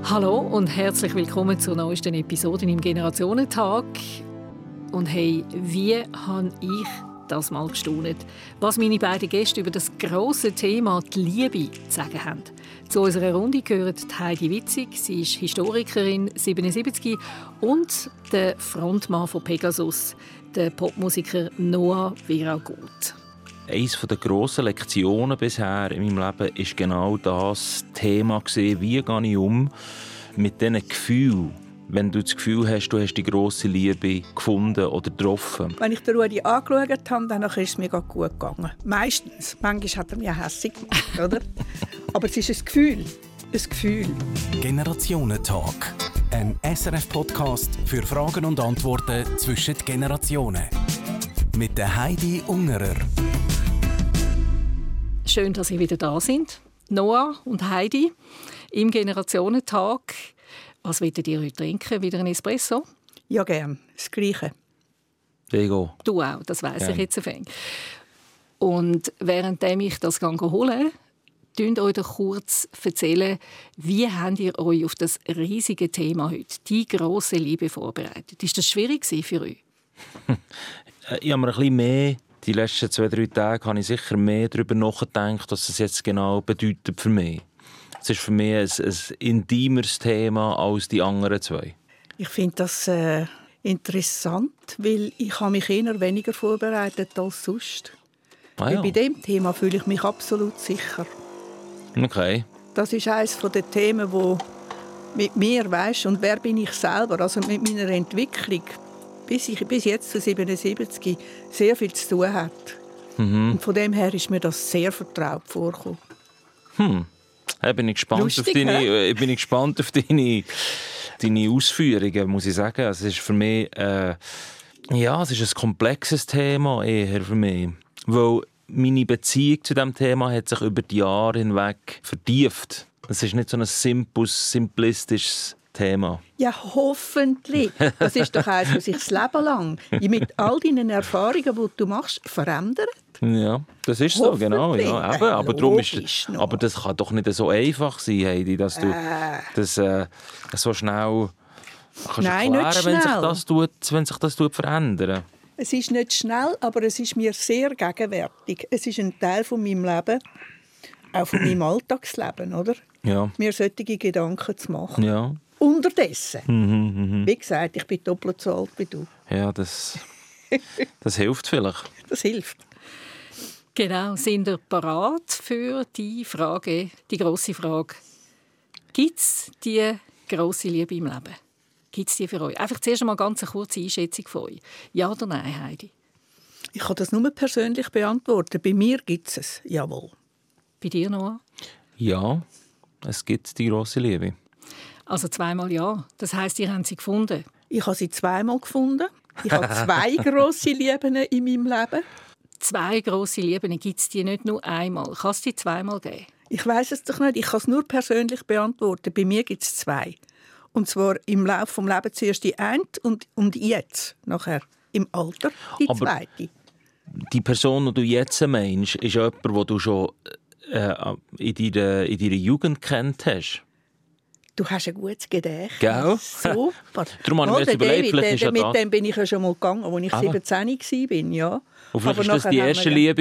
Hallo und herzlich willkommen zur neuesten Episode im Generationentag. Und hey, wie habe ich das mal gestaunt, was meine beiden Gäste über das grosse Thema die Liebe zu sagen haben. Zu unserer Runde gehört Heidi Witzig, sie ist Historikerin, 77, und der Frontmann von Pegasus, der Popmusiker Noah Viragut. Eines der grossen Lektionen bisher in meinem Leben war genau das Thema, wie gehe ich um mit diesen Gefühlen, wenn du das Gefühl hast, du hast die grosse Liebe gefunden oder getroffen. Wenn ich den Rudi angeschaut habe, dann ist es mir gut gegangen. Meistens. Manchmal hat er mich auch hässlich gemacht, oder? Aber es ist ein Gefühl. Ein Gefühl. Generationentalk. Ein SRF-Podcast für Fragen und Antworten zwischen den Generationen. Mit der Heidi Ungerer. Schön, dass ihr wieder da sind. Noah und Heidi im Generationentag. Was wollt ihr heute trinken? Wieder ein Espresso? Ja, gern. Das Gleiche. Diego. Du auch, das weiss ich jetzt. Und während ich das hole, erzählt euch doch kurz erzählen, wie habt ihr euch auf das riesige Thema heute, die grosse Liebe, vorbereitet? Ist das schwierig für euch? Ich habe mir ein bisschen mehr, die letzten 2-3 Tage, habe ich sicher mehr darüber nachgedacht, was es jetzt genau bedeutet für mich. Es ist für mich ein intimeres Thema als die anderen zwei. Ich finde das interessant, weil ich habe mich eher weniger vorbereitet als sonst. Ja. Bei diesem Thema fühle ich mich absolut sicher. Okay. Das ist eines der Themen, wo mit mir, weisst, und wer bin ich selber, also mit meiner Entwicklung, bis jetzt zu 77, sehr viel zu tun hat. Und von dem her ist mir das sehr vertraut vorgekommen. Bin ich gespannt Lustig, auf deine Ausführungen, muss ich sagen. Es ist für mich es ist ein komplexes Thema eher für mich. Weil meine Beziehung zu diesem Thema hat sich über die Jahre hinweg vertieft. Es ist nicht so ein simplistisches Thema. Ja, hoffentlich. Das ist doch eins, was sich das Leben lang mit all deinen Erfahrungen, die du machst, verändert. Ja, das ist so, genau. Ja, eben, aber das kann doch nicht so einfach sein, Heidi, dass du das so schnell kannst Nein, erklären, nicht schnell. wenn sich das verändert. Es ist nicht schnell, aber es ist mir sehr gegenwärtig. Es ist ein Teil von meinem Leben, auch von meinem Alltagsleben, oder? Ja. Mir solche Gedanken zu machen. Ja. Unterdessen. Wie gesagt, ich bin doppelt so alt wie du. Ja, das hilft vielleicht. Das hilft. Genau, sind ihr bereit für die Frage, die grosse Frage? Gibt es die grosse Liebe im Leben? Gibt es die für euch? Einfach zuerst einmal ganz eine kurze Einschätzung von euch. Ja oder nein, Heidi? Ich kann das nur persönlich beantworten. Bei mir gibt es. Jawohl. Bei dir, Noah? Ja, es gibt die grosse Liebe. Also zweimal ja. Das heisst, ihr habt sie gefunden? Ich habe sie zweimal gefunden. Ich habe 2 grosse Lieben in meinem Leben. 2 grosse Lieben, gibt es die nicht nur einmal? Kann es die zweimal geben? Ich weiss es doch nicht. Ich kann es nur persönlich beantworten. Bei mir gibt es 2. Und zwar im Laufe des Lebens zuerst die eine und jetzt, nachher im Alter, die zweite. Die Person, die du jetzt meinst, ist jemand, den du schon in deiner Jugend kennt hast. Du hast ein gutes Gedächtnis. Gell? Super. Darum habe ich mir jetzt überlegt, vielleicht ist mit dem bin ich ja schon mal gegangen, als ich 17 war. Ja. Und vielleicht war das die erste Liebe?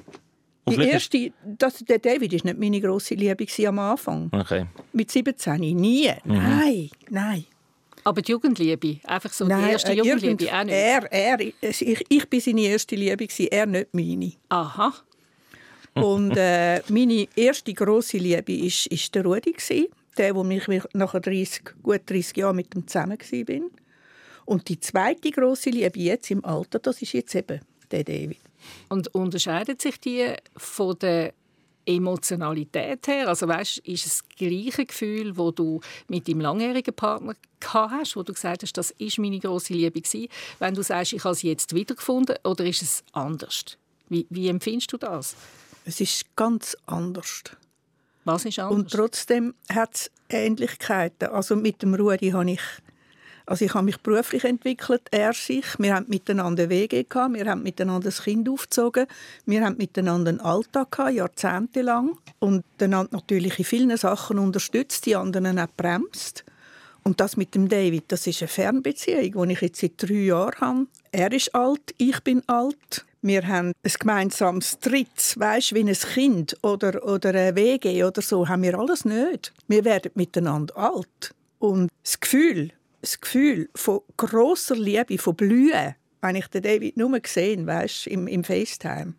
Der David war nicht meine grosse Liebe am Anfang. Okay. Mit 17 nie. Nein. Aber die Jugendliebe, einfach so die erste Jugendliebe, auch nicht? Ich war seine erste Liebe, er nicht meine. Aha. Und meine erste grosse Liebe war der Rudi, der, wo ich nach gut 30 Jahren mit ihm zusammen war. Und die zweite grosse Liebe jetzt im Alter, das ist jetzt eben der David. Und unterscheidet sich die von der Emotionalität her? Also weißt, ist es das gleiche Gefühl, das du mit deinem langjährigen Partner hast, wo du gesagt hast, das war meine grosse Liebe gewesen, wenn du sagst, ich habe sie jetzt wiedergefunden, oder ist es anders? Wie empfindest du das? Es ist ganz anders. Was ist anders? Und trotzdem hat es Ähnlichkeiten. Also mit dem Rudi hatte ich Also ich habe mich beruflich entwickelt, er sich. Wir haben miteinander Wege gehabt, wir haben miteinander das Kind aufgezogen, wir haben miteinander einen Alltag gehabt, jahrzehntelang. Und einander natürlich in vielen Sachen unterstützt, die anderen auch bremst. Und das mit dem David, das ist eine Fernbeziehung, die ich jetzt seit 3 Jahren habe. Er ist alt, ich bin alt. Wir haben ein gemeinsames Tritts, weisst, wie ein Kind oder eine WG oder so, haben wir alles nicht. Wir werden miteinander alt. Und das Gefühl von grosser Liebe, von Blühen, wenn ich den David nur gesehen, weisst, im FaceTime,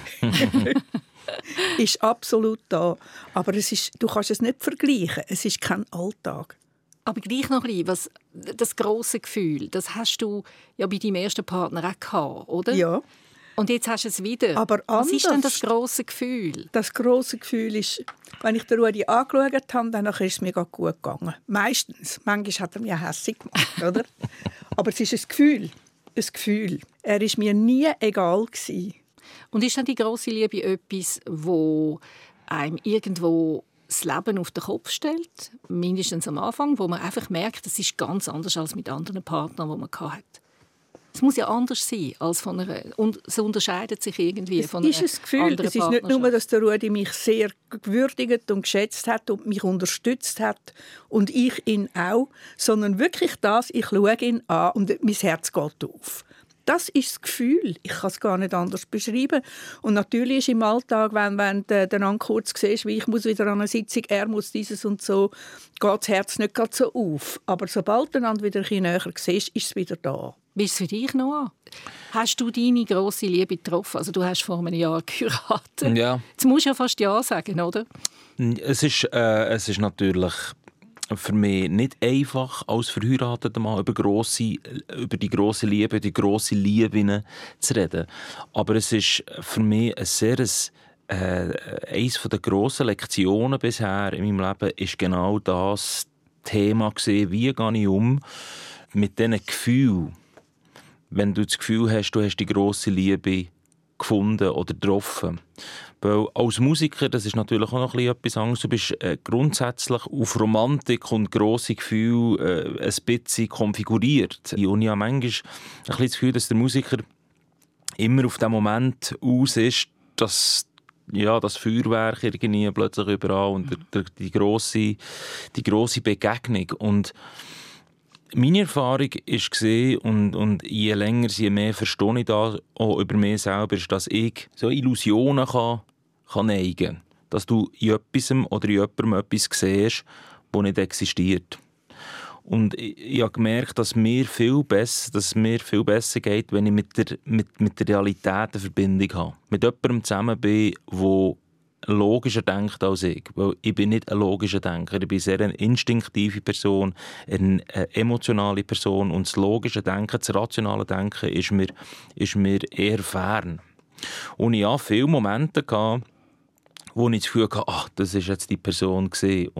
ist absolut da. Aber du kannst es nicht vergleichen. Es ist kein Alltag. Aber gleich noch ein bisschen, das grosse Gefühl, das hast du ja bei deinem ersten Partner auch gehabt, oder? Ja. Und jetzt hast du es wieder. Aber was ist denn das grosse Gefühl? Das grosse Gefühl ist, wenn ich den Rudi angeschaut habe, dann ist es mir gut gegangen. Meistens. Manchmal hat er mich hässlich gemacht, oder? Aber es ist ein Gefühl. Ein Gefühl. Er war mir nie egal gewesen. Und ist dann die grosse Liebe etwas, wo einem irgendwo das Leben auf den Kopf stellt? Mindestens am Anfang, wo man einfach merkt, es ist ganz anders als mit anderen Partnern, die man hatte. Es muss ja anders sein als von einer, und es unterscheidet sich irgendwie von einer anderen Partnerschaft. Es ist nicht nur, dass der Rudi mich sehr gewürdigt und geschätzt hat und mich unterstützt hat und ich ihn auch, sondern wirklich das, ich schaue ihn an und mein Herz geht auf. Das ist das Gefühl. Ich kann es gar nicht anders beschreiben. Und natürlich ist im Alltag, wenn du dann kurz siehst, wie ich muss wieder an eine Sitzung, er muss dieses und so, geht das Herz nicht gerade so auf. Aber sobald du dann wieder ein bisschen näher siehst, ist es wieder da. Wie ist es für dich, Noah? Hast du deine grosse Liebe getroffen? Also du hast vor einem Jahr geheiratet. Ja. Jetzt musst du ja fast Ja sagen, oder? Es ist natürlich für mich nicht einfach, als verheirateter Mann über die grosse Liebe, die grosse Liebe zu reden. Aber es ist für mich eines der grossen Lektionen bisher in meinem Leben ist genau das Thema gewesen, wie gehe ich um mit diesen Gefühlen. Wenn du das Gefühl hast, du hast die grosse Liebe gefunden oder getroffen. Weil als Musiker, das ist natürlich auch noch etwas anderes, du bist grundsätzlich auf Romantik und grosse Gefühle ein bisschen konfiguriert. Und ich habe manchmal ein bisschen das Gefühl, dass der Musiker immer auf den Moment aus ist, dass das Feuerwerk irgendwie plötzlich überall und die grosse Begegnung. Und meine Erfahrung war, und je länger, je mehr verstehe ich das auch über mich selber, ist, dass ich so Illusionen kann neigen kann. Dass du in etwas oder in jemandem etwas siehst, das nicht existiert. Und ich habe gemerkt, dass es mir viel besser geht, wenn ich mit der Realität eine Verbindung habe. Mit jemandem zusammen bin, der logischer denkt als ich. Weil ich bin nicht ein logischer Denker. Ich bin sehr eine instinktive Person, eine emotionale Person. Und das logische Denken, das rationale Denken ist mir eher fern. Und ich hatte viele Momente, wo ich das Gefühl hatte, das war jetzt die Person gewesen.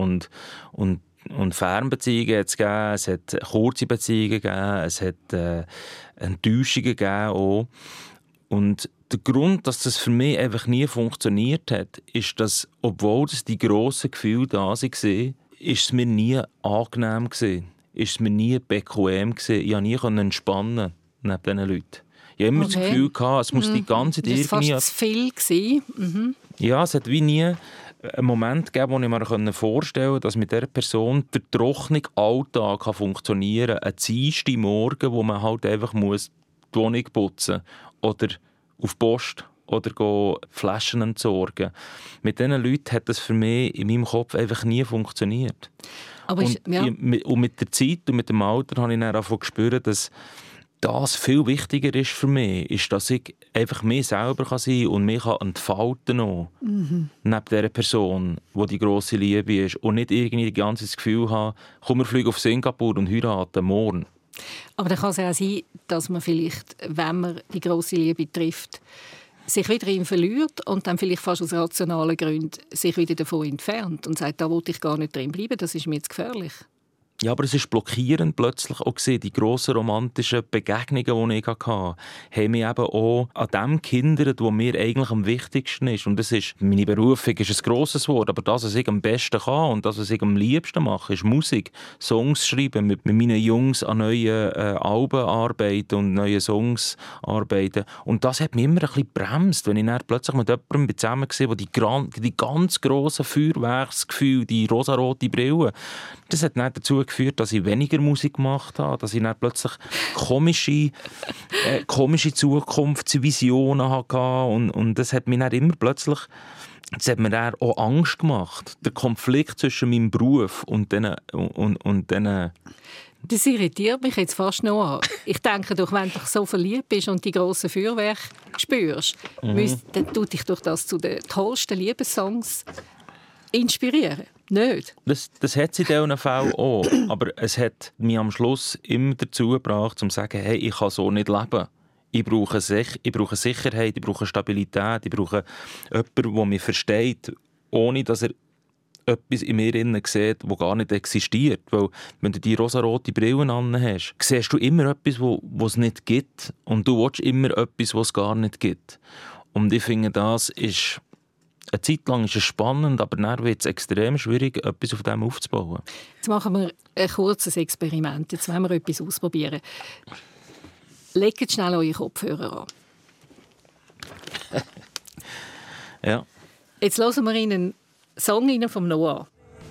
Und Fernbeziehungen hat es gegeben, es hat kurze Beziehungen gegeben, es hat Enttäuschungen gegeben auch. Und der Grund, dass das für mich einfach nie funktioniert hat, ist, dass, obwohl das die grossen Gefühle da waren, ist es mir nie angenehm gewesen. Ist es mir nie bequem gewesen. Ich konnte nie entspannen neben diesen Leuten. Ich habe immer das Gefühl gehabt, es muss die ganze Zeit irgendwie... Das war fast zu viel gewesen. Mhm. Ja, es hat wie nie einen Moment gegeben, wo ich mir vorstellen konnte, dass mit dieser Person der trockene Alltag funktionieren kann. Ein Dienstagmorgen, wo man halt einfach die Wohnung putzen muss. Oder auf die Post oder Flaschen entsorgen. Mit diesen Leuten hat das für mich in meinem Kopf einfach nie funktioniert. Aber und mit der Zeit und mit dem Alter habe ich dann angefangen zu spüren, dass das viel wichtiger ist für mich, ist, dass ich einfach mir selber sein kann und mich entfalten kann. Neben dieser Person, die grosse Liebe ist. Und nicht irgendwie die ganze Zeit das Gefühl haben, komm, wir fliegen auf Singapur und heiraten morgen. Aber dann kann es auch sein, dass man vielleicht, wenn man die grosse Liebe trifft, sich wieder in ihn verliert und dann vielleicht fast aus rationalen Gründen sich wieder davon entfernt und sagt, da will ich gar nicht drin bleiben, das ist mir jetzt gefährlich. Ja, aber es ist blockierend plötzlich auch gesehen, die grossen romantischen Begegnungen, die ich hatte, haben mich eben auch an dem gehindert, was mir eigentlich am wichtigsten ist. Und das ist, meine Berufung ist ein grosses Wort, aber das, was ich am besten kann und das, was ich am liebsten mache, ist Musik, Songs schreiben, mit meinen Jungs an neuen Alben arbeiten und neuen Songs arbeiten. Und das hat mich immer ein bisschen bremst, wenn ich dann plötzlich mit jemandem zusammen war, der die ganz grossen Feuerwerksgefühle, die rosarote Brille, das hat dann dazu geführt, dass ich weniger Musik gemacht habe, dass ich dann plötzlich komische Zukunftsvisionen hatte und das hat mir dann immer plötzlich, das hat mir dann auch Angst gemacht. Der Konflikt zwischen meinem Beruf und diesen Das irritiert mich jetzt fast noch an. Ich denke doch, wenn du so verliebt bist und die grossen Feuerwerke spürst, dann tut dich doch das zu den tollsten Liebessongs inspirieren. Nicht? Das hat es in diesen Fällen auch. Aber es hat mich am Schluss immer dazu gebracht, zu sagen, hey, ich kann so nicht leben. Ich brauche Sicherheit, ich brauche Stabilität, ich brauche jemanden, der mich versteht, ohne dass er etwas in mir innen sieht, das gar nicht existiert. Weil, wenn du die rosarote Brille an hast, siehst du immer etwas, was es nicht gibt. Und du willst immer etwas, was es gar nicht gibt. Und ich finde, das ist... Eine Zeit lang ist es spannend, aber dann wird es extrem schwierig, etwas auf dem aufzubauen. Jetzt machen wir ein kurzes Experiment. Jetzt wollen wir etwas ausprobieren. Legt schnell eure Kopfhörer an. Ja. Jetzt hören wir Ihnen einen Song vom Noah.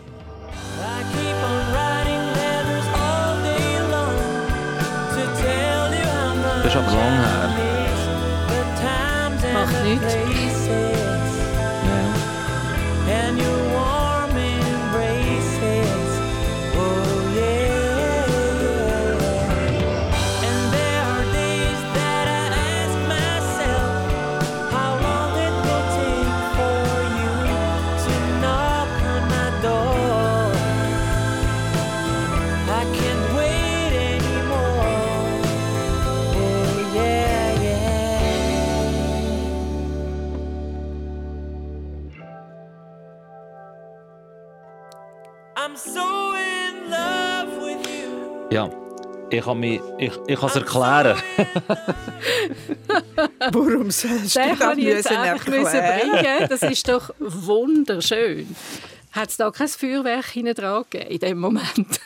Das ist aber lang her. Macht nichts. And your warm embraces, oh yeah. And there are days that I ask myself how long it will take for you to knock on my door. I can't wait anymore, oh yeah, yeah. I'm so in love with you. Ja, ich kann es erklären. Warum sollst du Den das kann ich jetzt einfach erklären? bringen. Das ist doch wunderschön. Hat es da kein Feuerwerk hinten dran gegeben in diesem Moment?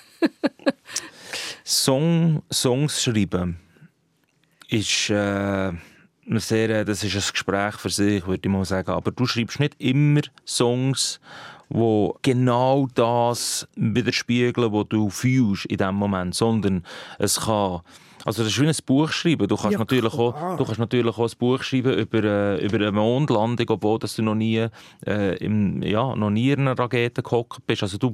Songs schreiben ist das ist ein Gespräch für sich, würde ich mal sagen. Aber du schreibst nicht immer Songs, die genau das widerspiegeln, was du fühlst in diesem Moment, sondern es kann... Also das ist wie ein Buch schreiben. Du kannst, natürlich auch ein Buch schreiben über eine Mondlandung, obwohl dass du noch nie in einer Rakete gehockt bist. Also du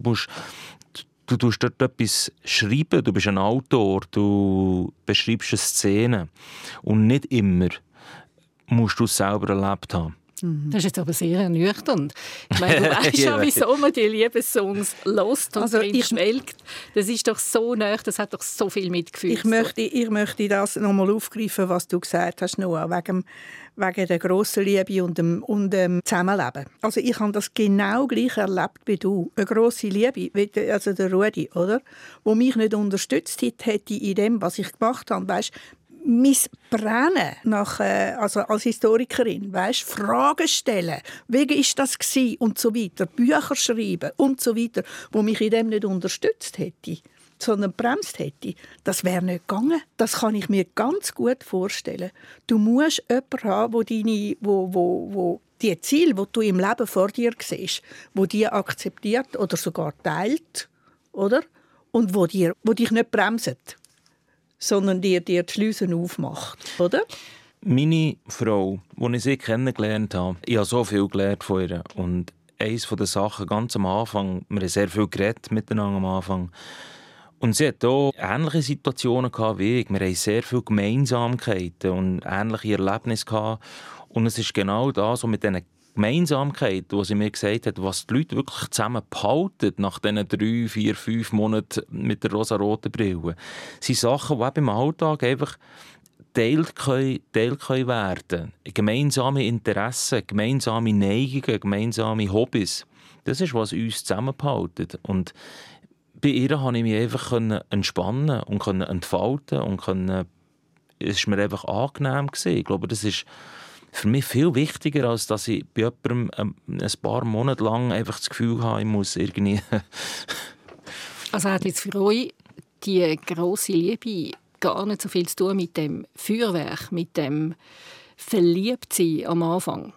tust dort etwas schreiben, du bist ein Autor, du beschreibst eine Szene. Und nicht immer musst du es selber erlebt haben. Das ist jetzt aber sehr ernüchternd. Ich meine, du weißt ja, wieso man die Liebessongs hört und drin schwelgt. Das ist doch so nah, das hat doch so viel Mitgefühl. Ich möchte das nochmal aufgreifen, was du gesagt hast, Noah, wegen der grossen Liebe und dem Zusammenleben. Also ich habe das genau gleich erlebt wie du. Eine grosse Liebe, also der Rudi, oder? Wo mich nicht unterstützt hätte in dem, was ich gemacht habe. Weißt, mein Brennen also als Historikerin, weißt, Fragen stellen, wie ist das gewesen und so weiter, Bücher schreiben und so weiter, wo mich in dem nicht unterstützt hätte, sondern bremst hätte, das wäre nicht gegangen. Das kann ich mir ganz gut vorstellen. Du musst jemanden haben, wo die Ziele, die du im Leben vor dir siehst, wo die akzeptiert oder sogar teilt, oder? Und wo dich nicht bremst, sondern dir die Schleusen aufmacht, oder? Meine Frau, als ich sie kennengelernt habe, ich habe so viel gelernt von ihr. Und eines der Sachen ganz am Anfang, wir haben sehr viel geredet miteinander am Anfang. Und sie hat auch ähnliche Situationen gehabt wie ich. Wir haben sehr viele Gemeinsamkeiten und ähnliche Erlebnisse gehabt. Und es ist genau das, was mit diesen Gemeinsamkeit, wo sie mir gesagt hat, was die Leute wirklich zusammen behalten nach diesen 3, 4, 5 Monaten mit der rosaroten Brille, sind Sachen, die eben im Alltag einfach geteilt können werden. Gemeinsame Interessen, gemeinsame Neigungen, gemeinsame Hobbys. Das ist, was uns zusammenhält. Und bei ihr konnte ich mich einfach entspannen und entfalten und es war mir einfach angenehm gewesen. Ich glaube, das ist für mich viel wichtiger, als dass ich bei jemandem ein paar Monate lang einfach das Gefühl habe, ich muss irgendwie... Also hat jetzt für euch die grosse Liebe gar nicht so viel zu tun mit dem Feuerwerk, mit dem Verliebtsein am Anfang?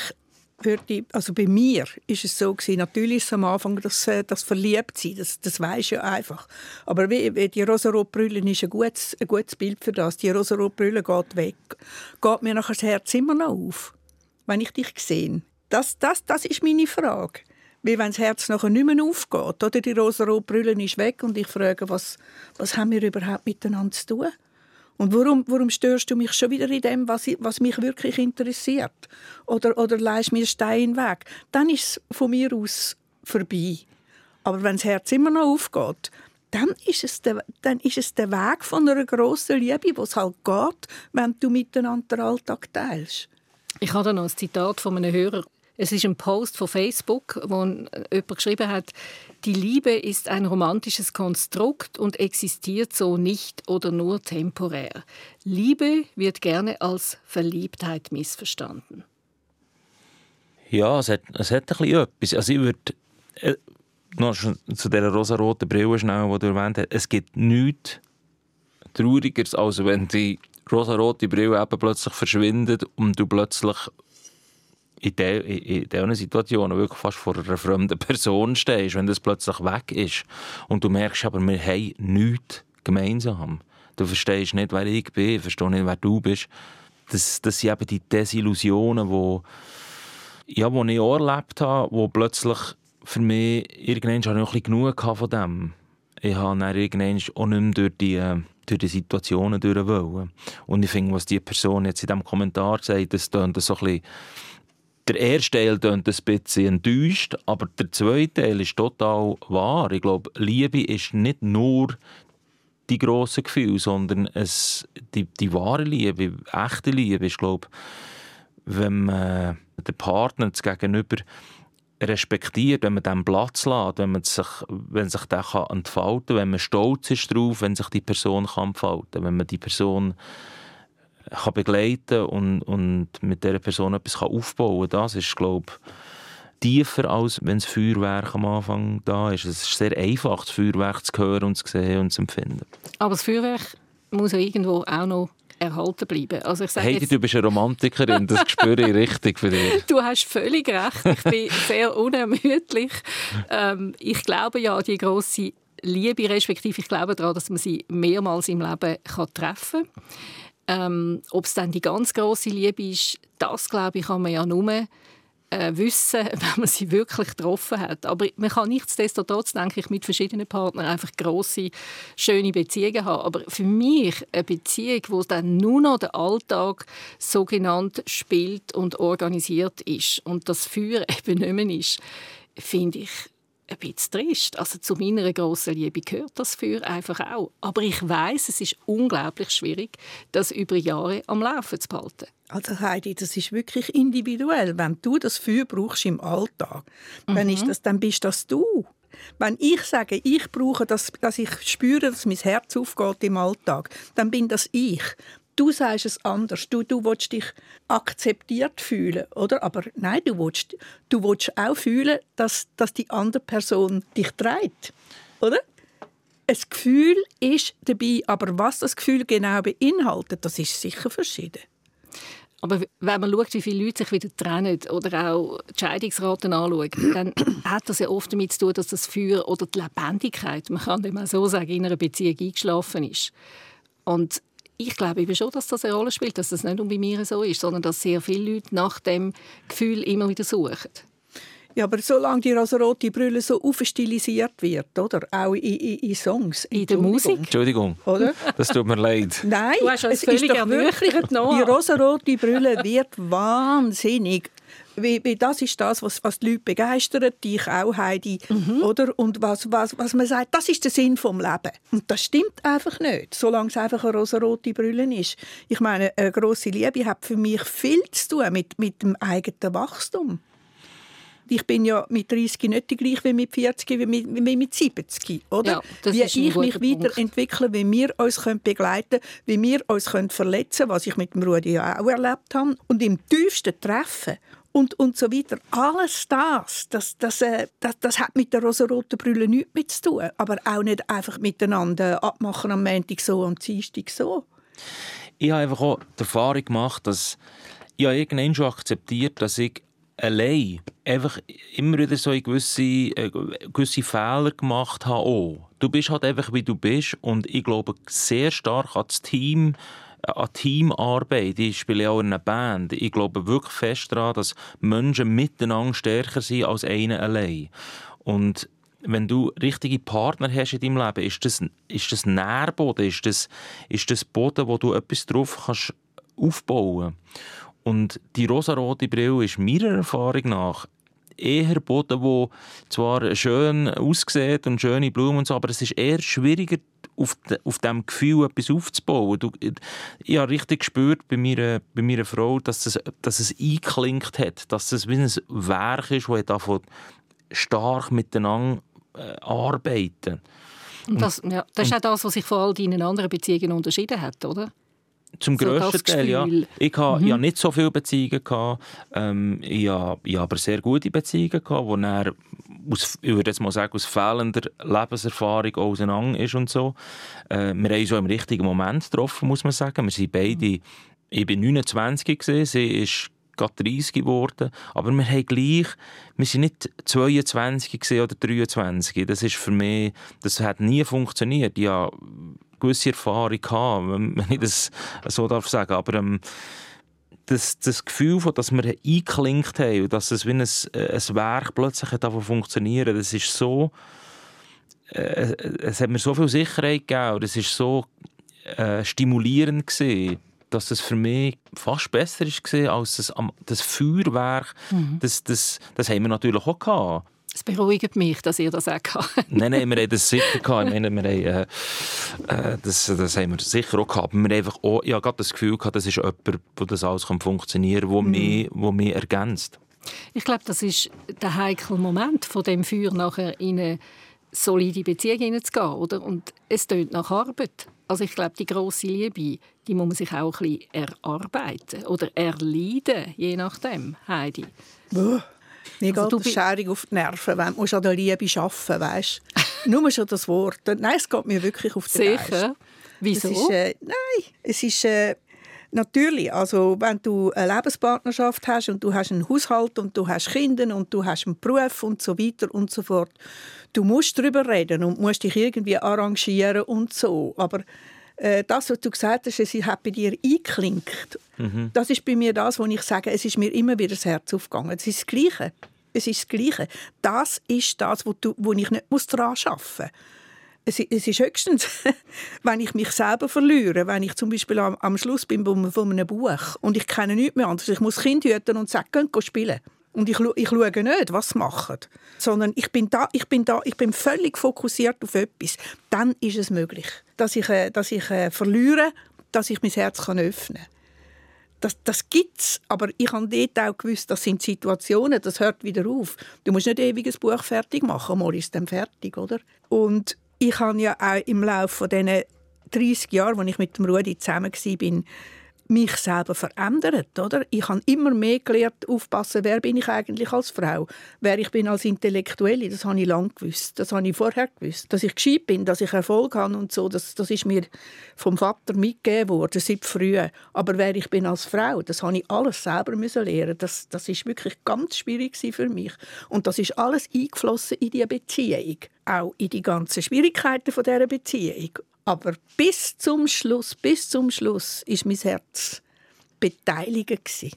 Also bei mir ist es so gewesen, natürlich ist es am Anfang das Verliebtsein, das weisst ja einfach. Aber wie die Rosarot-Brille ist ein gutes Bild für das. Die Rosarot-Brille geht weg. Geht mir nachher das Herz immer noch auf, wenn ich dich sehe? Das ist meine Frage. Wie wenn das Herz nachher nicht mehr aufgeht. Oder die Rosarot-Brille ist weg und ich frage, was haben wir überhaupt miteinander zu tun? Und warum störst du mich schon wieder in dem, was mich wirklich interessiert? Oder leihst mir Stein weg? Dann ist es von mir aus vorbei. Aber wenn das Herz immer noch aufgeht, dann ist es der Weg von einer grossen Liebe, wo es halt geht, wenn du miteinander den Alltag teilst. Ich habe da noch ein Zitat von einem Hörer. Es ist ein Post von Facebook, wo jemand geschrieben hat, die Liebe ist ein romantisches Konstrukt und existiert so nicht oder nur temporär. Liebe wird gerne als Verliebtheit missverstanden. Ja, es hat ein bisschen etwas. Also ich würde noch zu dieser rosaroten Brille schnell, die du erwähnt hast, es gibt nichts Traurigeres, als wenn die rosarote Brille eben plötzlich verschwindet und du plötzlich in diesen Situationen wirklich fast vor einer fremden Person stehst, wenn das plötzlich weg ist. Und du merkst aber, wir haben nichts gemeinsam. Du verstehst nicht, wer ich bin, verstehst nicht, wer du bist. Das sind eben die Desillusionen, die ich auch erlebt habe, wo plötzlich für mich irgendwann habe ich noch ein bisschen genug von dem. Ich habe dann irgendwann auch nicht mehr durch die Situationen durchwollen. Und ich finde, was die Person jetzt in diesem Kommentar sagt, das tönt so ein bisschen. Der erste Teil klingt ein bisschen enttäuscht, aber der zweite Teil ist total wahr. Ich glaube, Liebe ist nicht nur die grossen Gefühle, sondern die wahre Liebe, echte Liebe ist, glaube ich, wenn man den Partner das Gegenüber respektiert, wenn man dem Platz lässt, wenn sich der entfalten kann, wenn man stolz ist darauf, wenn sich die Person entfalten kann, wenn man die Person kann begleiten und mit dieser Person etwas aufbauen kann. Das ist, glaube ich, tiefer, als wenn das Feuerwerk am Anfang da ist. Es ist sehr einfach, das Feuerwerk zu hören und zu sehen und zu empfinden. Aber das Feuerwerk muss ja irgendwo auch noch erhalten bleiben. Also ich sage Heidi, du bist eine Romantikerin, das spüre ich richtig für dich. Du hast völlig recht, ich bin sehr unermüdlich. Ich glaube ja an die grosse Liebe, respektive ich glaube daran, dass man sie mehrmals im Leben treffen kann. Ob es dann die ganz grosse Liebe ist, das glaube ich, kann man ja nur wissen, wenn man sie wirklich getroffen hat. Aber man kann nichtsdestotrotz, denke ich, mit verschiedenen Partnern einfach grosse, schöne Beziehungen haben. Aber für mich eine Beziehung, wo dann nur noch der Alltag sogenannt spielt und organisiert ist und das Feuer eben nicht mehr ist, finde ich ein bisschen trist. Also zu meiner grossen Liebe gehört das Feuer einfach auch. Aber ich weiss, es ist unglaublich schwierig, das über Jahre am Laufen zu behalten. Also Heidi, das ist wirklich individuell. Wenn du das Feuer brauchst im Alltag, dann bist das du. Wenn ich sage, ich brauche das, dass ich spüre, dass mein Herz aufgeht im Alltag, dann bin das ich. Du sagst es anders. Du willst dich akzeptiert fühlen, oder? Aber nein, du willst auch fühlen, dass die andere Person dich trägt, oder? Ein Gefühl ist dabei, aber was das Gefühl genau beinhaltet, das ist sicher verschieden. Aber wenn man schaut, wie viele Leute sich wieder trennen oder auch die Scheidungsraten anschaut, dann hat das ja oft damit zu tun, dass das Feuer oder die Lebendigkeit, man kann dem auch so sagen, in einer Beziehung eingeschlafen ist. Und ich glaube eben schon, dass das eine Rolle spielt, dass das nicht nur bei mir so ist, sondern dass sehr viele Leute nach dem Gefühl immer wieder suchen. Ja, aber solange die rosarote Brille so aufstilisiert wird, oder? Auch in Songs. In der Musik? Entschuldigung, oder? Das tut mir leid. Nein, du hast uns völlig ernüchtert. Die rosarote Brille wird wahnsinnig. Das ist das, was die Leute begeistert, dich auch, Heidi. Oder? Und was man sagt, das ist der Sinn des Lebens. Und das stimmt einfach nicht, solange es einfach eine rosarote Brille ist. Ich meine, eine grosse Liebe hat für mich viel zu tun mit dem eigenen Wachstum. Ich bin ja mit 30 nicht die gleiche wie mit 40, wie mit 70. Oder? Ja, das wie ist ein ich guter mich Punkt. weiterentwickle, wie wir uns begleiten können, wie wir uns verletzen können, was ich mit dem Rudi ja auch erlebt habe. Und im tiefsten Treffen und so weiter. Alles das hat mit der rosaroten Brille nichts mehr zu tun. Aber auch nicht einfach miteinander abmachen am Montag so und am Dienstag so. Ich habe einfach auch die Erfahrung gemacht, dass ich irgendwann schon akzeptiert, dass ich allein einfach immer wieder so gewisse Fehler gemacht habe. Oh, du bist halt einfach, wie du bist. Und ich glaube sehr stark an das Team, an Teamarbeit. Ich spiele auch in einer Band. Ich glaube wirklich fest daran, dass Menschen miteinander stärker sind als einer allein. Und wenn du richtige Partner hast in deinem Leben, ist das Nährboden, ist das Boden, wo du etwas drauf kannst aufbauen. Und die rosarote Brille ist meiner Erfahrung nach eher Boden, wo zwar schön aussieht und schöne Blumen und so, aber es ist eher schwieriger, auf diesem Gefühl etwas aufzubauen. Ich habe richtig gespürt bei meiner Frau, dass es eingeklinkt hat, dass es wie ein Werk ist, das davon stark miteinander arbeiten. Und das ist auch das, was sich von all deinen anderen Beziehungen unterschieden hat, oder? Zum so grössten Teil, ja. Ich hatte nicht so viele Beziehungen. Ich hatte aber sehr gute Beziehungen, wo er, ich würde jetzt mal sagen, aus fehlender Lebenserfahrung auseinander ist und so. Wir haben uns so im richtigen Moment getroffen, muss man sagen. Wir sind beide, ich war 29, sie ist gerade 30 geworden, aber wir haben gleich, wir sind nicht 22 oder 23. Das ist für mich, das hat nie funktioniert. Ich hatte gewisse Erfahrung gehabt, wenn ich das so sagen darf. Aber das Gefühl, dass wir eingeklinkt haben und dass es wie ein Werk plötzlich funktionieren, das ist so, es hat mir so viel Sicherheit gegeben und es war so stimulierend gewesen, dass es für mich fast besser war als das Feuerwerk. Das haben wir natürlich auch gehabt. Es beruhigt mich, dass ihr das auch habt. Nein, wir haben das sicher gehabt. Ich meine, das haben wir sicher auch gehabt. Aber wir haben einfach auch, ich habe gerade das Gefühl gehabt, das ist jemand, wo das alles funktionieren kann, wo mich ergänzt. Ich glaube, das ist der heikle Moment von dem Feuer, nachher in eine solide Beziehung hineinzugehen, oder? Und es tönt nach Arbeit. Also ich glaube, die grosse Liebe, die muss man sich auch ein bisschen erarbeiten oder erleiden, je nachdem, Heidi. Mir geht die Scherung auf die Nerven, wenn du an der Liebe arbeiten weißt. Nur schon das Wort. Nein, es geht mir wirklich auf den Geist. Sicher? Wieso? Es ist natürlich, also wenn du eine Lebenspartnerschaft hast und du hast einen Haushalt und du hast Kinder und du hast einen Beruf und so weiter und so fort, du musst darüber reden und musst dich irgendwie arrangieren und so. Aber das, was du gesagt hast, es hat bei dir eingeklinkt. Das ist bei mir das, wo ich sage, es ist mir immer wieder das Herz aufgegangen. Es ist das Gleiche. Es ist das Gleiche. Das ist das, wo ich nicht daran arbeiten muss. Es ist höchstens, wenn ich mich selber verliere, wenn ich zum Beispiel am Schluss bin von einem Buch und ich kenne nichts mehr anderes. Ich muss Kind hüten und sagen, geh spielen. Und ich schaue nicht, was sie machen, sondern ich bin völlig fokussiert auf etwas. Dann ist es möglich, dass ich verliere, dass ich mein Herz öffnen kann. Das gibt es, aber ich habe dort auch gewusst, das sind Situationen, das hört wieder auf. Du musst nicht ewig ein Buch fertig machen, mal ist es dann fertig, oder? Und ich habe ja auch im Laufe dieser 30 Jahre, als ich mit dem Rudi zusammen war, mich selber verändert, oder? Ich habe immer mehr gelernt, aufpassen, wer bin ich eigentlich als Frau, wer ich bin als Intellektuelle, das habe ich lange gewusst, das habe ich vorher gewusst. Dass ich gescheit bin, dass ich Erfolg habe und so, das ist mir vom Vater mitgegeben worden, seit früh. Aber wer ich bin als Frau, das habe ich alles selber lernen. Das ist wirklich ganz schwierig für mich. Und das ist alles eingeflossen in diese Beziehung, auch in die ganzen Schwierigkeiten dieser Beziehung. Aber bis zum Schluss ist mein Herz beteiligt.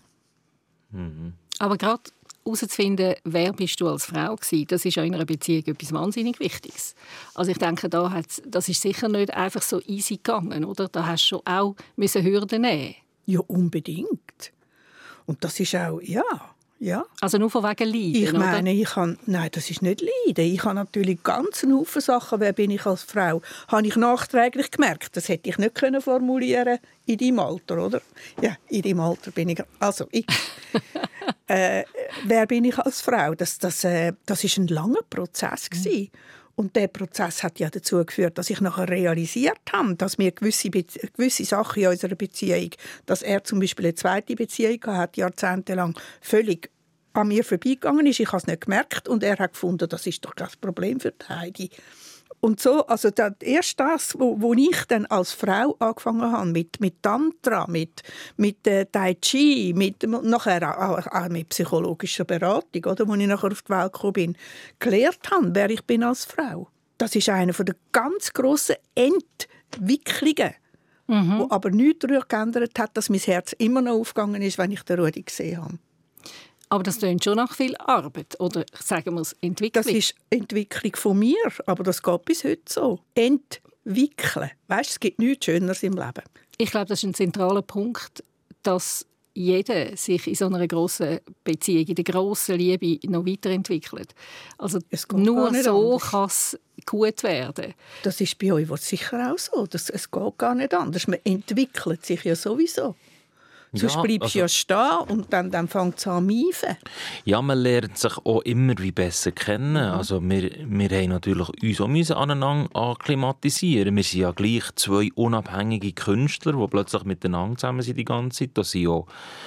Aber gerade herauszufinden, wer bist du als Frau gewesen, das ist ja in einer Beziehung etwas wahnsinnig Wichtiges. Also ich denke, das ist sicher nicht einfach so easy gegangen, oder? Da hast du schon auch Hürden nehmen. Ja, unbedingt. Und das ist auch, ja. Also nur von wegen Leiden, ich meine, nein, das ist nicht Leiden. Ich habe natürlich ganz einen Haufen Sachen, wer bin ich als Frau, habe ich nachträglich gemerkt. Das hätte ich nicht formulieren in deinem Alter, oder? Ja, in deinem Alter bin ich. Also ich wer bin ich als Frau? Das ist ein langer Prozess gewesen. Und der Prozess hat ja dazu geführt, dass ich nachher realisiert habe, dass mir gewisse Sachen in unserer Beziehung, dass er zum Beispiel eine zweite Beziehung hatte, jahrzehntelang völlig an mir vorbeigegangen ist. Ich habe es nicht gemerkt und er hat gefunden, das ist doch kein Problem für die Heidi. Und so, also erst das, wo ich dann als Frau angefangen habe, mit Tantra, mit Tai Chi, nachher auch mit psychologischer Beratung, oder, wo ich nachher auf die Welt gekommen bin, gelernt habe, wer ich bin als Frau. Das ist eine der ganz grossen Entwicklungen, wo aber nichts daran geändert hat, dass mein Herz immer noch aufgegangen ist, wenn ich den Rudi gesehen habe. Aber das klingt schon nach viel Arbeit, oder sagen wir es, Entwicklung? Das ist Entwicklung von mir, aber das geht bis heute so. Entwickeln. Weißt, es gibt nichts Schöneres im Leben. Ich glaube, das ist ein zentraler Punkt, dass jeder sich in so einer grossen Beziehung, in der grossen Liebe noch weiterentwickelt. Also nur so kann es gut werden. Das ist bei euch sicher auch so. Es geht gar nicht anders. Man entwickelt sich ja sowieso. Sonst bleibst du ja stehen und dann fängt es an zu miefen. Ja, man lernt sich auch immer wie besser kennen. Also wir haben natürlich uns auch aneinander akklimatisieren. Wir sind ja gleich zwei unabhängige Künstler, die plötzlich miteinander zusammen sind die ganze Zeit. Das sind ja,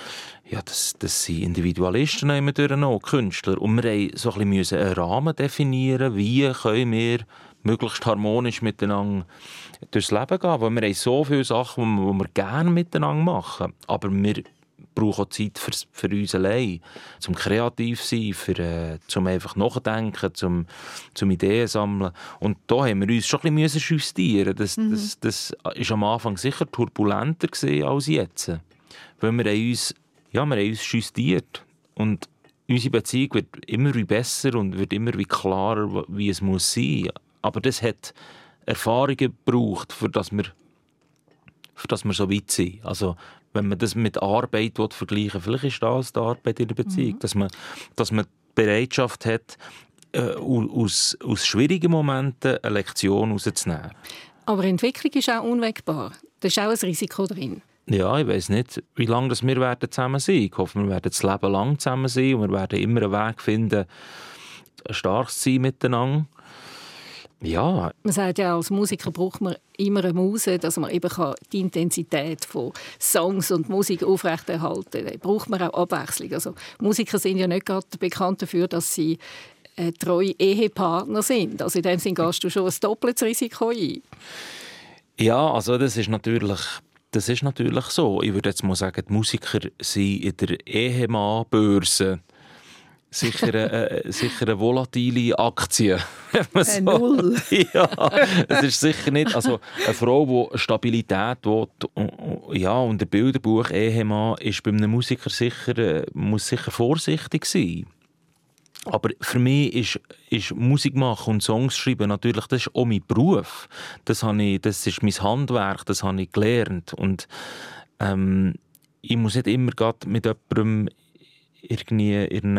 das sind Individualisten auch Künstler. Und wir mussten einen Rahmen definieren, wie können wir möglichst harmonisch miteinander durchs Leben gehen. Weil wir haben so viele Sachen, die wir gerne miteinander machen. Aber wir brauchen auch Zeit für uns allein, zum kreativ zu sein, zum einfach nachdenken, zum Ideen sammeln. Und da haben wir uns schon ein bisschen justieren. Das war am Anfang sicher turbulenter als jetzt. Weil wir uns justiert. Und unsere Beziehung wird immer besser und wird immer klarer, wie es muss sein. Aber das hat Erfahrungen gebraucht, für das wir so weit sind. Also, wenn man das mit Arbeit vergleichen will, vielleicht ist das die Arbeit in der Beziehung, dass man die Bereitschaft hat, aus schwierigen Momenten eine Lektion herauszunehmen. Aber Entwicklung ist auch unwegbar. Da ist auch ein Risiko drin. Ja, ich weiss nicht, wie lange wir zusammen sein werden. Ich hoffe, wir werden das Leben lang zusammen sein und wir werden immer einen Weg finden, stark zu sein miteinander. Ja. Man sagt ja, als Musiker braucht man immer eine Muse, dass man eben die Intensität von Songs und Musik aufrechterhalten kann. Da braucht man auch Abwechslung. Also, Musiker sind ja nicht gerade bekannt dafür, dass sie treue Ehepartner sind. Also in dem Sinne gehst du schon ein doppeltes Risiko ein. Ja, also das ist natürlich so. Ich würde jetzt mal sagen, die Musiker sind in der Ehemann-Börse sicher eine volatile Aktie. So. Null. Ja, es ist sicher nicht. Also eine Frau, die Stabilität will, und der Bilderbuch Ehemann ist bei einem Musiker muss sicher vorsichtig sein. Aber für mich ist Musik machen und Songs schreiben natürlich, das ist auch mein Beruf. Das ist mein Handwerk, das habe ich gelernt. Und ich muss nicht immer mit jemandem irgendwie in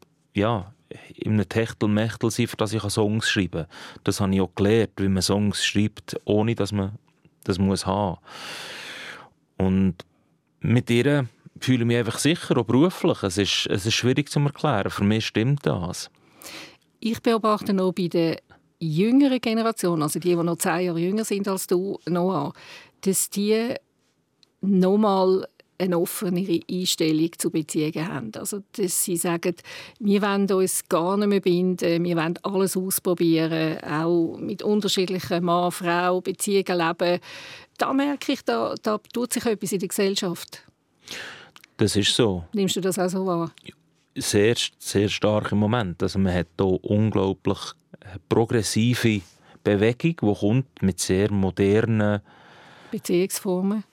einem Techtelmechtel sein, für das ich Songs schreiben kann. Das habe ich auch gelernt, wie man Songs schreibt, ohne dass man das muss haben. Und mit ihr fühle ich mich einfach sicher, auch beruflich. Es ist schwierig zu erklären. Für mich stimmt das. Ich beobachte noch bei der jüngeren Generation, also die noch 10 Jahre jünger sind als du, Noah, dass die nochmal eine offenere Einstellung zu Beziehungen haben. Also, dass sie sagen, wir wollen uns gar nicht mehr binden, wir wollen alles ausprobieren, auch mit unterschiedlichen Mann, Frau, Beziehungen leben. Da merke ich, da tut sich etwas in der Gesellschaft. Das ist so. Nimmst du das auch so wahr? Sehr, sehr stark im Moment. Also man hat hier unglaublich progressive Bewegung, die kommt mit sehr modernen Beziehungsformen.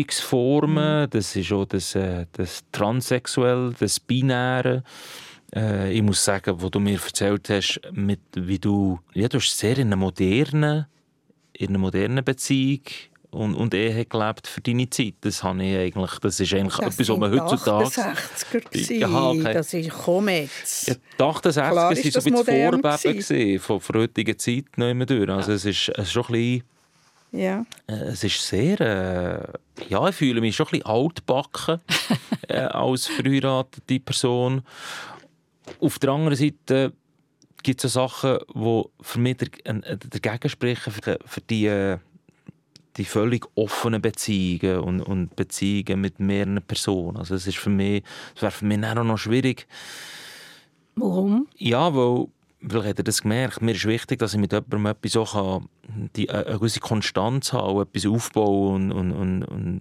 Das ist auch das Transsexuelle, das Binäre. Ich muss sagen, was du mir erzählt hast, du hast sehr in einer modernen Beziehung und Ehe gelebt für deine Zeit. Das ist eigentlich etwas, was man heutzutage... Das waren 80er. Das ist Comets. Ja, die 68er waren so ein bisschen Vorbeben von der heutigen Zeit. Also es ist schon ein bisschen... Ja. Es ist sehr... ich fühle mich schon ein bisschen altbacken als verheiratete Person. Auf der anderen Seite gibt es so Sachen, die für mich dagegen sprechen, für die völlig offenen Beziehungen und Beziehungen mit mehreren Personen. Also das wäre für mich auch noch schwierig. Warum? Ja, weil vielleicht hat er das gemerkt. Mir ist wichtig, dass ich mit jemandem etwas so eine gewisse Konstanz habe, etwas aufbauen und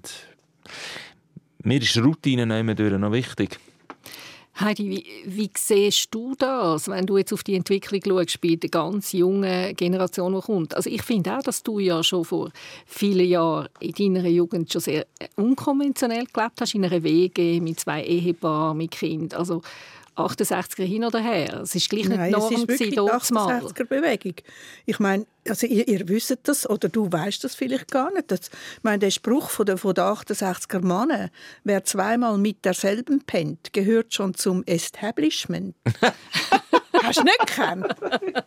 mir ist Routine noch wichtig. Heidi, wie siehst du das, wenn du jetzt auf die Entwicklung schaust bei der ganz jungen Generation, die kommt? Also ich finde auch, dass du ja schon vor vielen Jahren in deiner Jugend schon sehr unkonventionell gelebt hast, in einer WG mit 2 Ehepaaren, mit Kind. Also 68er hin oder her. Es ist gleich nicht Norm gewesen, die 68er-Bewegung. Ich meine, also ihr wisst das, oder du weißt das vielleicht gar nicht. Ich meine, der Spruch von den 68er Männern, wer zweimal mit derselben pennt, gehört schon zum Establishment. Hast du nicht gekannt?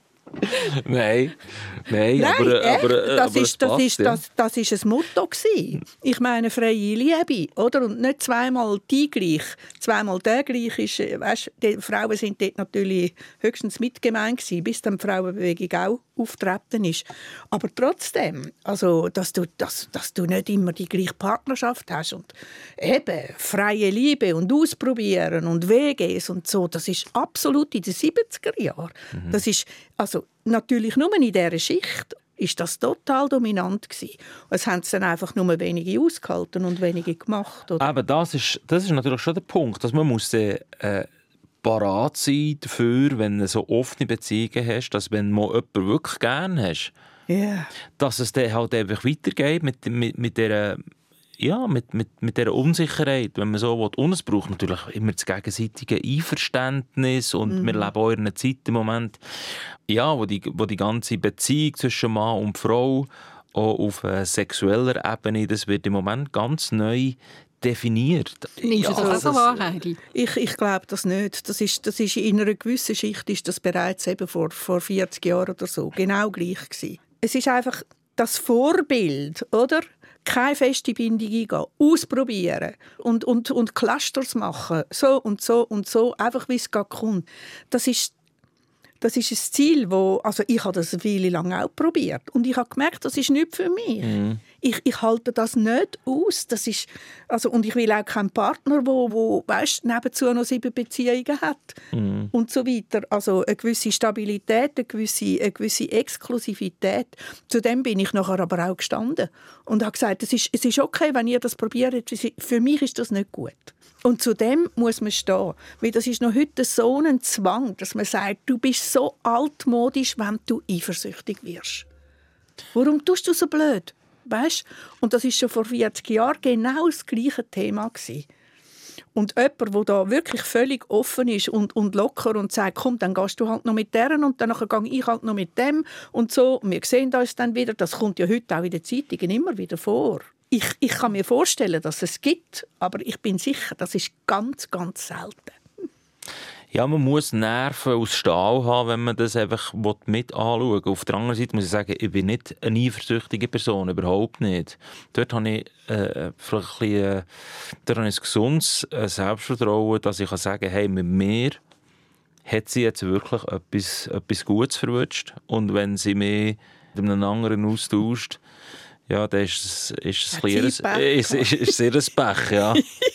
Nein, aber das ist ein Motto gewesen. Ich meine freie Liebe, oder? Und nicht zweimal die gleich. Zweimal der gleich ist, weißt, die Frauen sind dort natürlich höchstens mitgemeint gewesen, bis dann die Frauenbewegung auch auftreten ist. Aber trotzdem, also, dass du nicht immer die gleiche Partnerschaft hast und eben freie Liebe und ausprobieren und WGs und so, das ist absolut in den 70er Jahren. Das ist also natürlich nur in dieser Schicht ist das total dominant gewesen. Es haben es dann einfach nur wenige ausgehalten und wenige gemacht. Oder? Aber das ist natürlich schon der Punkt, dass man muss parat sein dafür, wenn du so offene Beziehungen hast, dass wenn du jemanden wirklich gerne hast, dass es dann halt einfach weitergeht mit dieser Unsicherheit, wenn man so will. Und es braucht natürlich immer das gegenseitige Einverständnis und wir leben auch in einer Zeit im Moment, wo die ganze Beziehung zwischen Mann und Frau auch auf sexueller Ebene, das wird im Moment ganz neu definiert. Nimmst du das auch so wahr, Heidi? Ich glaube das nicht. Das ist in einer gewissen Schicht ist das bereits eben vor 40 Jahren oder so genau gleich gewesen. Es ist einfach das Vorbild, oder? Keine feste Bindung eingehen, ausprobieren und Clusters machen, so und so und so, einfach wie es gerade kommt. Das ist ein Ziel, also ich habe das eine Weile lang auch probiert und ich habe gemerkt, das ist nicht für mich. Ich halte das nicht aus. Das ist, also, und ich will auch keinen Partner, der nebenzu noch 7 Beziehungen hat und so weiter. Also eine gewisse Stabilität, eine gewisse Exklusivität. Zu dem bin ich nachher aber auch gestanden und habe gesagt, es ist okay, wenn ihr das probiert. Für mich ist das nicht gut. Und zu dem muss man stehen. Weil das ist noch heute so ein Zwang, dass man sagt, du bist so altmodisch, wenn du eifersüchtig wirst. Warum tust du so blöd? Weißt? Und das war schon vor 40 Jahren genau das gleiche Thema gewesen. Und jemand, der da wirklich völlig offen ist und locker und sagt, komm, dann gehst du halt noch mit deren und dann gehe ich halt noch mit dem und so. Und wir sehen uns dann wieder. Das kommt ja heute auch in den Zeitungen immer wieder vor. Ich kann mir vorstellen, dass es gibt, aber ich bin sicher, das ist ganz, ganz selten. Ja, man muss Nerven aus Stahl haben, wenn man das einfach mit anschauen will. Auf der anderen Seite muss ich sagen, ich bin nicht eine eifersüchtige Person, überhaupt nicht. Dort habe ich ein gesundes Selbstvertrauen, dass ich sagen kann, hey, mit mir hat sie jetzt wirklich etwas Gutes verwünscht. Und wenn sie mich mit einem anderen austauscht, ja, dann ist es sehr ein Pech, ja.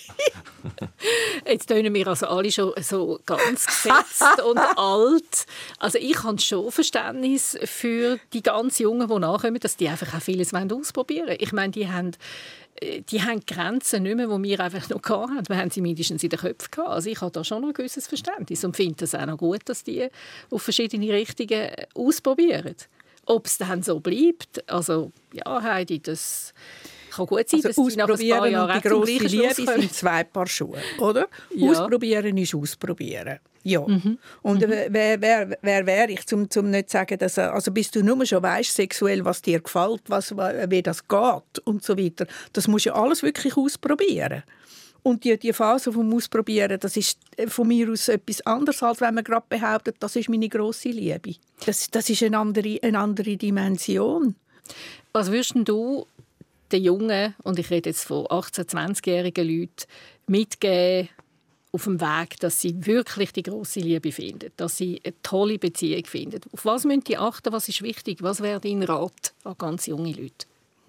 Jetzt tönen wir also alle schon so ganz gesetzt und alt. Also ich habe schon Verständnis für die ganz Jungen, die nachkommen, dass die einfach auch vieles ausprobieren wollen. Ich meine, die haben Grenzen nicht mehr, die wir einfach noch hatten. Wir haben sie mindestens in den Köpfen gehabt. Also ich habe da schon noch ein gewisses Verständnis und finde es auch noch gut, dass die auf verschiedene Richtungen ausprobieren. Ob es dann so bleibt, also ja, Heidi, das kann gut sein, dass sie nach ein paar Jahren und die grosse Liebe sind 2 Paar Schuhe, oder? Ja. Ausprobieren ist ausprobieren. Ja. Und wer wäre ich, zum nicht sagen, dass also bis du nur schon weißt, sexuell, was dir gefällt, wie das geht und so weiter, das musst du ja alles wirklich ausprobieren. Und die Phase vom Ausprobieren, das ist von mir aus etwas anderes, als wenn man gerade behauptet, das ist meine grosse Liebe. Das ist eine andere Dimension. Was würdest du den Jungen, und ich rede jetzt von 18-, 20-jährigen Leuten, mitgeben auf dem Weg, dass sie wirklich die grosse Liebe finden, dass sie eine tolle Beziehung finden? Auf was müssen die achten? Was ist wichtig? Was wäre dein Rat an ganz junge Leute?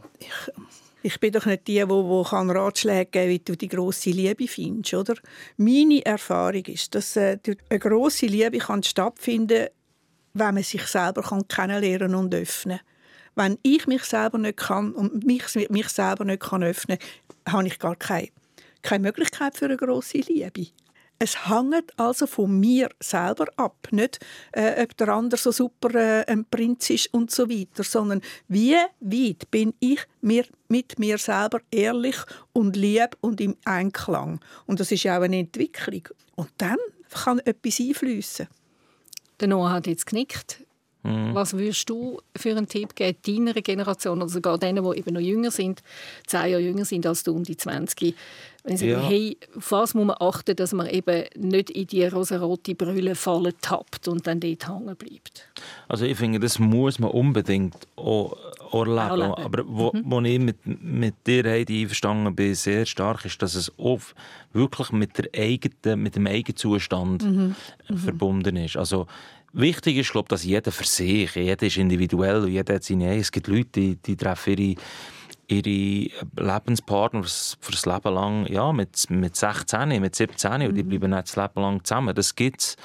Ich bin doch nicht die Ratschläge geben kann, wie du die grosse Liebe findest. Oder? Meine Erfahrung ist, dass eine grosse Liebe stattfinden kann, wenn man sich selber kennenlernen und öffnen kann. Wenn ich mich selber nicht kann und mich selber nicht öffnen kann, habe ich gar keine Möglichkeit für eine grosse Liebe. Es hängt also von mir selber ab. Nicht, ob der andere so super ein Prinz ist und so weiter, sondern wie weit bin ich mit mir selber ehrlich und lieb und im Einklang. Und das ist ja auch eine Entwicklung. Und dann kann etwas einfliessen. Der Noah hat jetzt genickt. Was würdest du für einen Tipp geben deiner Generation, oder sogar denen, die eben noch jünger sind, 10 Jahre jünger sind als du, um die 20? Wenn sie sagen, hey, auf was muss man achten, dass man eben nicht in die rosarote Brüllenfalle tappt und dann dort hängen bleibt? Also ich finde, das muss man unbedingt auch erleben. Aber wo ich mit dir, Heidi, einverstanden bin, sehr stark ist, dass es oft wirklich mit dem eigenen Zustand verbunden ist. Also wichtig ist, glaube ich, dass jeder für sich, jeder ist individuell und jeder hat seine. Es gibt Leute, die treffen ihre Lebenspartner fürs Leben lang, ja, mit 16, mit 17 und die bleiben nicht das Leben lang zusammen. Das gibt's.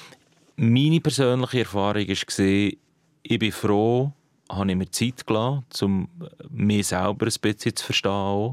Meine persönliche Erfahrung war, ich bin froh, habe ich mir Zeit gelassen, um mich selber ein bisschen zu verstehen,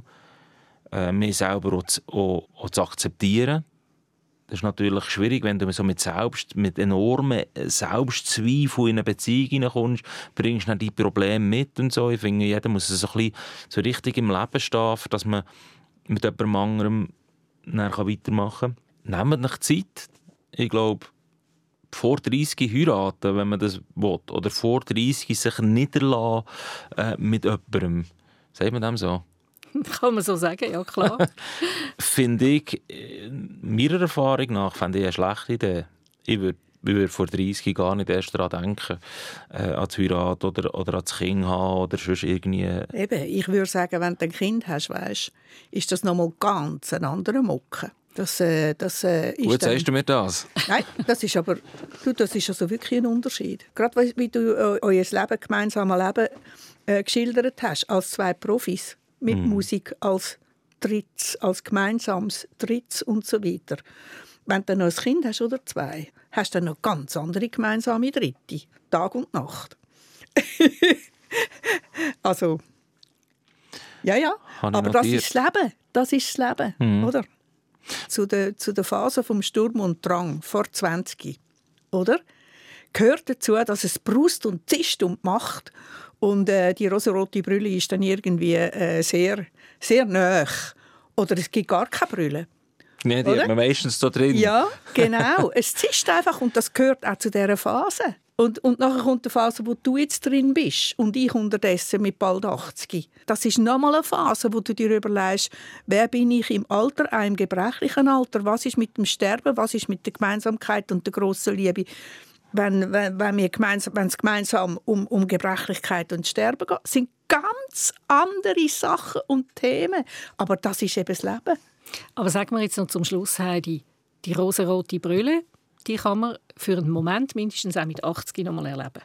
mich selber auch zu akzeptieren. Das ist natürlich schwierig, wenn du so mit enormen Selbstzweifeln in eine Beziehung hineinkommst, bringst du dann die Probleme mit und so. Ich finde, jeder muss so ein bisschen so richtig im Leben stehen, dass man mit jemandem anderem weitermachen kann. Nehmt euch Zeit. Ich glaube, vor 30 heiraten, wenn man das will, oder vor 30 sich niederlassen mit jemandem. Sagt man dem so? Kann man so sagen, ja klar. Finde ich, meiner Erfahrung nach, fände ich eine schlechte Idee. Ich würde vor 30 gar nicht erst daran denken, an die Heirat oder an das Kind haben oder sonst irgendwie. Eben, ich würde sagen, wenn du ein Kind hast, weißt, ist das nochmal ganz ein anderer Mucke. Das ist Gut, sagst du mir das? Nein, das ist aber das ist also wirklich ein Unterschied. Gerade wie du euer gemeinsames Leben geschildert hast, als 2 Profis. Mit Musik als Dritts, als gemeinsames Dritts und so weiter. Wenn du noch ein Kind hast oder 2, hast du dann noch ganz andere gemeinsame Dritte. Tag und Nacht. Also, ja. Aber das ist das Leben. Das ist das Leben, oder? Zu der Phase vom Sturm und Drang vor 20, oder? Gehört dazu, dass es brust und zischt und macht. Und die rosarote Brille ist dann irgendwie sehr, sehr nahe. Oder es gibt gar keine Brille. Nein, die hat man meistens da drin. Ja, genau. Es zischt einfach und das gehört auch zu dieser Phase. Und nachher kommt die Phase, wo du jetzt drin bist und ich unterdessen mit bald 80. Das ist nochmal eine Phase, wo du dir überlegst, wer bin ich im Alter, auch im gebrechlichen Alter, was ist mit dem Sterben, was ist mit der Gemeinsamkeit und der grossen Liebe. Wenn es gemeinsam um Gebrechlichkeit und Sterben geht, sind ganz andere Sachen und Themen. Aber das ist eben das Leben. Aber sagen wir jetzt noch zum Schluss, Heidi, die rosarote Brille, die kann man für einen Moment mindestens auch mit 80 noch mal erleben.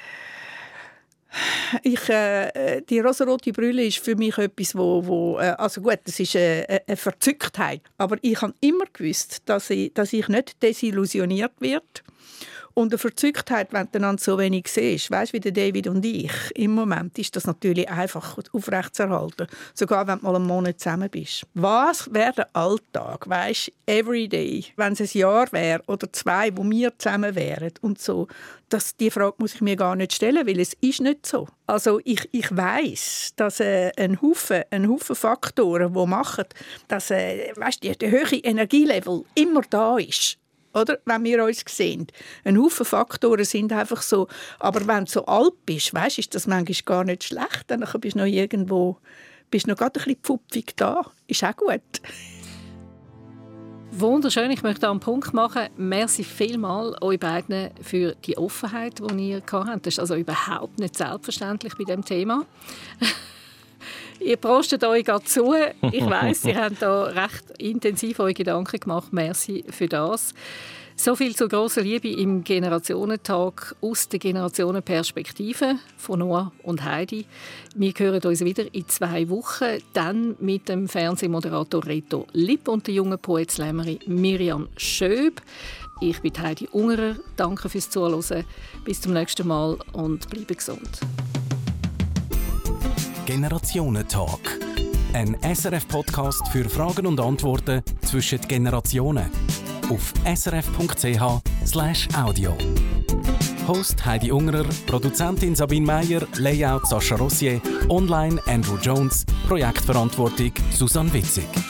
Die rosarote Brille ist für mich etwas, also gut, das ist eine Verzücktheit. Aber ich habe immer gewusst, dass ich nicht desillusioniert werde. Und eine Verzücktheit, wenn du dann so wenig siehst, weißt, wie der David und ich, im Moment ist das natürlich einfach aufrechtzuerhalten. Sogar wenn du mal einen Monat zusammen bist. Was wäre der Alltag, weißt, every day, wenn es ein Jahr wäre oder 2, wo wir zusammen wären und so. Die Frage muss ich mir gar nicht stellen, weil es ist nicht so. Also ich weiss, dass ein Haufen Faktoren, die machen, dass weißt, der hohe Energielevel immer da ist. Oder? Wenn wir uns sehen. Ein Haufen Faktoren sind einfach so. Aber wenn du so alt bist, weißt, ist das manchmal gar nicht schlecht. Dann bist du noch irgendwo, bist noch gerade ein bisschen pfupfig da. Ist auch gut. Wunderschön, ich möchte einen Punkt machen. Merci vielmals euch beiden für die Offenheit, die ihr hattet. Das ist also überhaupt nicht selbstverständlich bei diesem Thema. Ihr prostet euch gerade zu. Ich weiss, ihr habt da recht intensiv eure Gedanken gemacht. Merci für das. So viel zur grossen Liebe im Generationentag aus der Generationenperspektive von Noah und Heidi. Wir hören uns wieder in 2 Wochen, dann mit dem Fernsehmoderator Reto Lipp und der jungen Poetslämmerin Miriam Schöb. Ich bin Heidi Ungerer. Danke fürs Zuhören. Bis zum nächsten Mal und bleibe gesund. Generationentalk. Ein SRF-Podcast für Fragen und Antworten zwischen den Generationen. Auf srf.ch/audio. Host Heidi Ungerer, Produzentin Sabine Meyer, Layout Sascha Rossier, Online Andrew Jones, Projektverantwortung Susanne Witzig.